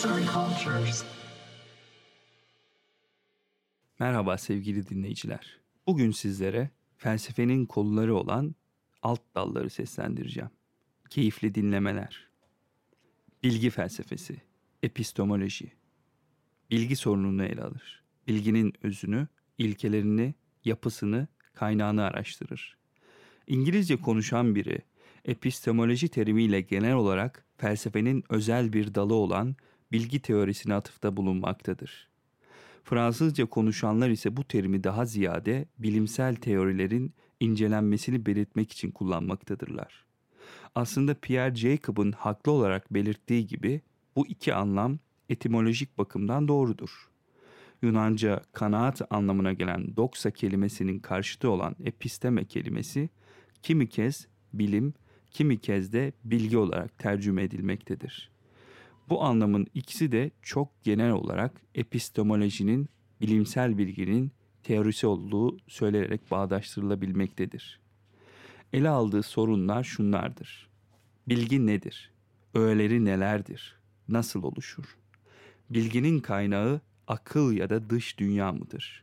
Merhaba sevgili dinleyiciler. Bugün sizlere felsefenin kolları olan alt dalları seslendireceğim. Keyifli dinlemeler. Bilgi felsefesi, epistemoloji. Bilgi sorununu ele alır. Bilginin özünü, ilkelerini, yapısını, kaynağını araştırır. İngilizce konuşan biri epistemoloji terimiyle genel olarak felsefenin özel bir dalı olan bilgi teorisine atıfta bulunmaktadır. Fransızca konuşanlar ise bu terimi daha ziyade bilimsel teorilerin incelenmesini belirtmek için kullanmaktadırlar. Aslında Pierre Jacob'un haklı olarak belirttiği gibi bu iki anlam etimolojik bakımdan doğrudur. Yunanca kanaat anlamına gelen doxa kelimesinin karşıtı olan episteme kelimesi kimi kez bilim, kimi kez de bilgi olarak tercüme edilmektedir. Bu anlamın ikisi de çok genel olarak epistemolojinin, bilimsel bilginin teorisi olduğu söylenerek bağdaştırılabilmektedir. Ele aldığı sorunlar şunlardır. Bilgi nedir? Öğeleri nelerdir? Nasıl oluşur? Bilginin kaynağı akıl ya da dış dünya mıdır?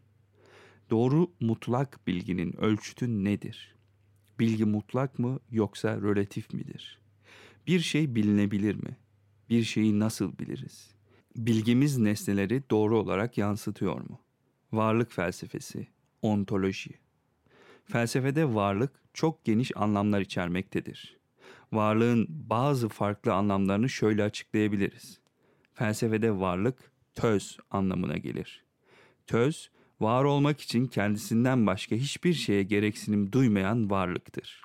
Doğru mutlak bilginin ölçütü nedir? Bilgi mutlak mı yoksa relatif midir? Bir şey bilinebilir mi? Bir şeyi nasıl biliriz? Bilgimiz nesneleri doğru olarak yansıtıyor mu? Varlık felsefesi, ontoloji. Felsefede varlık çok geniş anlamlar içermektedir. Varlığın bazı farklı anlamlarını şöyle açıklayabiliriz. Felsefede varlık töz anlamına gelir. Töz, var olmak için kendisinden başka hiçbir şeye gereksinim duymayan varlıktır.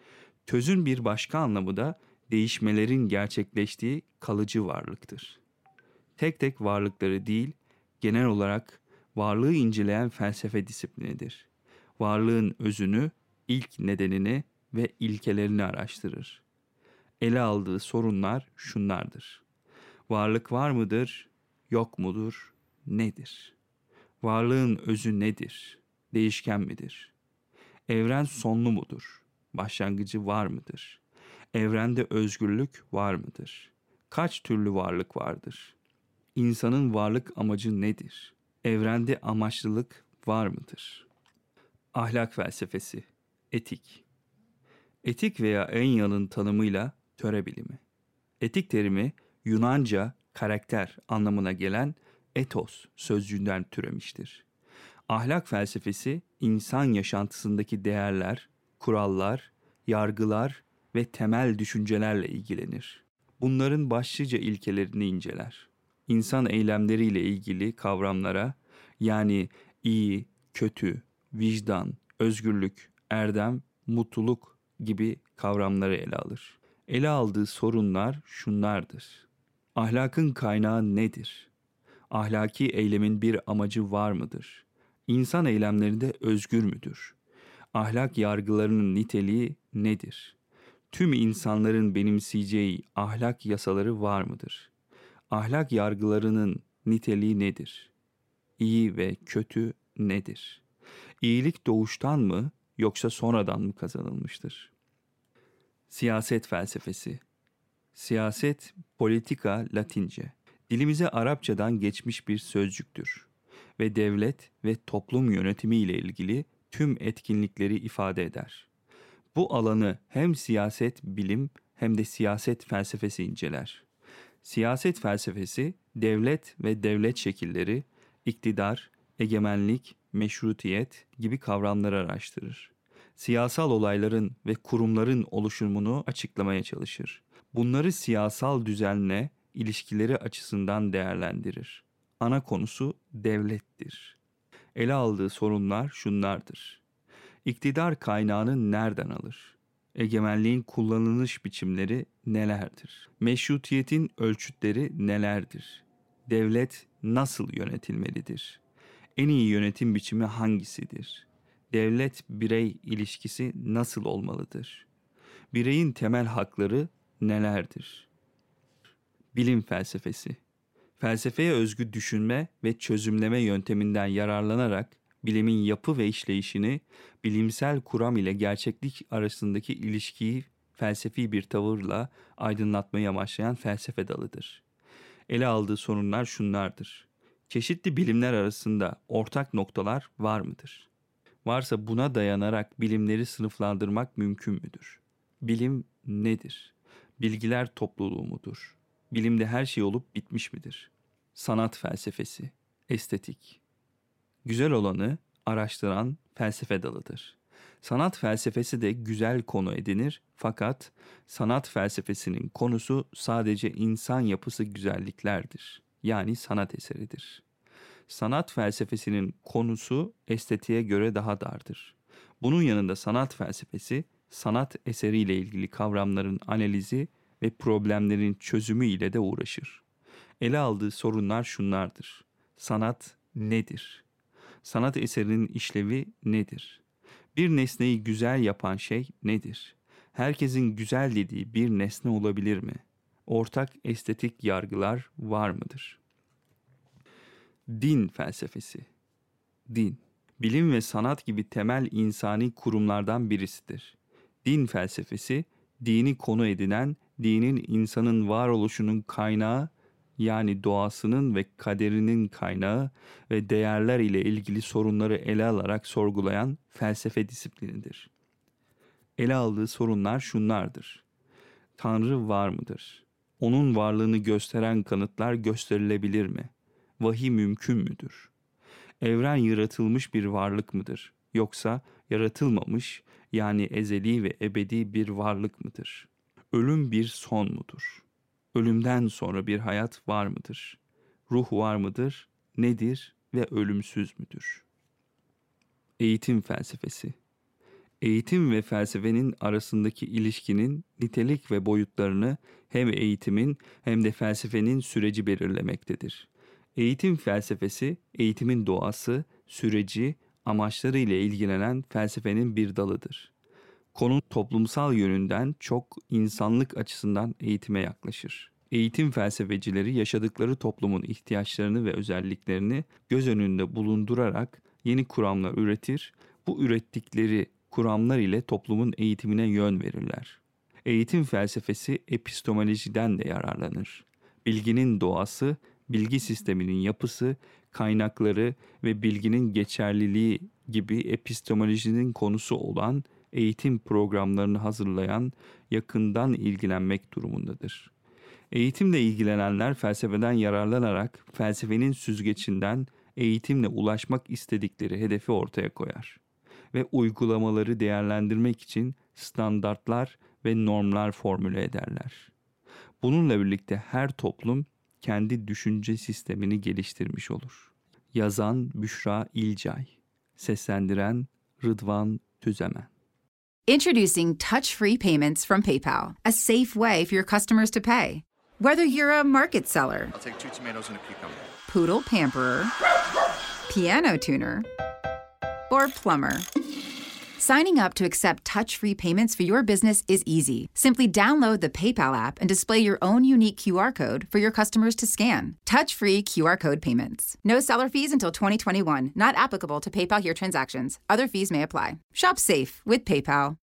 Tözün bir başka anlamı da değişmelerin gerçekleştiği kalıcı varlıktır. Tek tek varlıkları değil, genel olarak varlığı inceleyen felsefe disiplinidir. Varlığın özünü, ilk nedenini ve ilkelerini araştırır. Ele aldığı sorunlar şunlardır. Varlık var mıdır, yok mudur, nedir? Varlığın özü nedir, değişken midir? Evren sonlu mudur, başlangıcı var mıdır? Evrende özgürlük var mıdır? Kaç türlü varlık vardır? İnsanın varlık amacı nedir? Evrende amaçlılık var mıdır? Ahlak felsefesi, etik. Etik veya Enya'nın tanımıyla töre bilimi. Etik terimi Yunanca karakter anlamına gelen etos sözcüğünden türemiştir. Ahlak felsefesi insan yaşantısındaki değerler, kurallar, yargılar ve temel düşüncelerle ilgilenir. Bunların başlıca ilkelerini inceler. İnsan eylemleriyle ilgili kavramlara yani iyi, kötü, vicdan, özgürlük, erdem, mutluluk gibi kavramları ele alır. Ele aldığı sorunlar şunlardır. Ahlakın kaynağı nedir? Ahlaki eylemin bir amacı var mıdır? İnsan eylemlerinde özgür müdür? Ahlak yargılarının niteliği nedir? Tüm insanların benimseyeceği ahlak yasaları var mıdır? Ahlak yargılarının niteliği nedir? İyi ve kötü nedir? İyilik doğuştan mı yoksa sonradan mı kazanılmıştır? Siyaset felsefesi. Siyaset, politika Latince. Dilimize Arapçadan geçmiş bir sözcüktür ve devlet ve toplum yönetimi ile ilgili tüm etkinlikleri ifade eder. Bu alanı hem siyaset bilim hem de siyaset felsefesi inceler. Siyaset felsefesi, devlet ve devlet şekilleri, iktidar, egemenlik, meşrutiyet gibi kavramları araştırır. Siyasal olayların ve kurumların oluşumunu açıklamaya çalışır. Bunları siyasal düzenle ilişkileri açısından değerlendirir. Ana konusu devlettir. Ele aldığı sorunlar şunlardır. İktidar kaynağını nereden alır? Egemenliğin kullanılış biçimleri nelerdir? Meşrutiyetin ölçütleri nelerdir? Devlet nasıl yönetilmelidir? En iyi yönetim biçimi hangisidir? Devlet-birey ilişkisi nasıl olmalıdır? Bireyin temel hakları nelerdir? Bilim felsefesi. Felsefeye özgü düşünme ve çözümleme yönteminden yararlanarak bilimin yapı ve işleyişini, bilimsel kuram ile gerçeklik arasındaki ilişkiyi felsefi bir tavırla aydınlatmaya amaçlayan felsefe dalıdır. Ele aldığı sorunlar şunlardır. Çeşitli bilimler arasında ortak noktalar var mıdır? Varsa buna dayanarak bilimleri sınıflandırmak mümkün müdür? Bilim nedir? Bilgiler topluluğu mudur? Bilimde her şey olup bitmiş midir? Sanat felsefesi, estetik. Güzel olanı araştıran felsefe dalıdır. Sanat felsefesi de güzel konu edinir fakat sanat felsefesinin konusu sadece insan yapısı güzelliklerdir. Yani sanat eseridir. Sanat felsefesinin konusu estetiğe göre daha dardır. Bunun yanında sanat felsefesi, sanat eseriyle ilgili kavramların analizi ve problemlerin çözümü ile de uğraşır. Ele aldığı sorunlar şunlardır. Sanat nedir? Sanat eserinin işlevi nedir? Bir nesneyi güzel yapan şey nedir? Herkesin güzel dediği bir nesne olabilir mi? Ortak estetik yargılar var mıdır? Din felsefesi. Din, bilim ve sanat gibi temel insani kurumlardan birisidir. Din felsefesi, dini konu edinen, dinin insanın varoluşunun kaynağı, yani doğasının ve kaderinin kaynağı ve değerler ile ilgili sorunları ele alarak sorgulayan felsefe disiplinidir. Ele aldığı sorunlar şunlardır. Tanrı var mıdır? Onun varlığını gösteren kanıtlar gösterilebilir mi? Vahiy mümkün müdür? Evren yaratılmış bir varlık mıdır? Yoksa yaratılmamış, yani ezeli ve ebedi bir varlık mıdır? Ölüm bir son mudur? Ölümden sonra bir hayat var mıdır? Ruh var mıdır? Nedir ve ölümsüz müdür? Eğitim felsefesi. Eğitim ve felsefenin arasındaki ilişkinin nitelik ve boyutlarını hem eğitimin hem de felsefenin süreci belirlemektedir. Eğitim felsefesi, eğitimin doğası, süreci, amaçları ile ilgilenen felsefenin bir dalıdır. Konu toplumsal yönünden çok insanlık açısından eğitime yaklaşır. Eğitim felsefecileri yaşadıkları toplumun ihtiyaçlarını ve özelliklerini göz önünde bulundurarak yeni kuramlar üretir, bu ürettikleri kuramlar ile toplumun eğitimine yön verirler. Eğitim felsefesi epistemolojiden de yararlanır. Bilginin doğası, bilgi sisteminin yapısı, kaynakları ve bilginin geçerliliği gibi epistemolojinin konusu olan eğitim programlarını hazırlayan, yakından ilgilenmek durumundadır. Eğitimle ilgilenenler felsefeden yararlanarak felsefenin süzgecinden eğitimle ulaşmak istedikleri hedefi ortaya koyar ve uygulamaları değerlendirmek için standartlar ve normlar formüle ederler. Bununla birlikte her toplum kendi düşünce sistemini geliştirmiş olur. Yazan Büşra İlcay, seslendiren Rıdvan Tüzemen. Introducing touch-free payments from PayPal, a safe way for your customers to pay. Whether you're a market seller, I'll take 2 tomatoes and a cucumber. poodle pamperer, piano tuner, or plumber, signing up to accept touch-free payments for your business is easy. Simply download the PayPal app and display your own unique QR code for your customers to scan. Touch-free QR code payments. No seller fees until 2021. Not applicable to PayPal Here transactions. Other fees may apply. Shop safe with PayPal.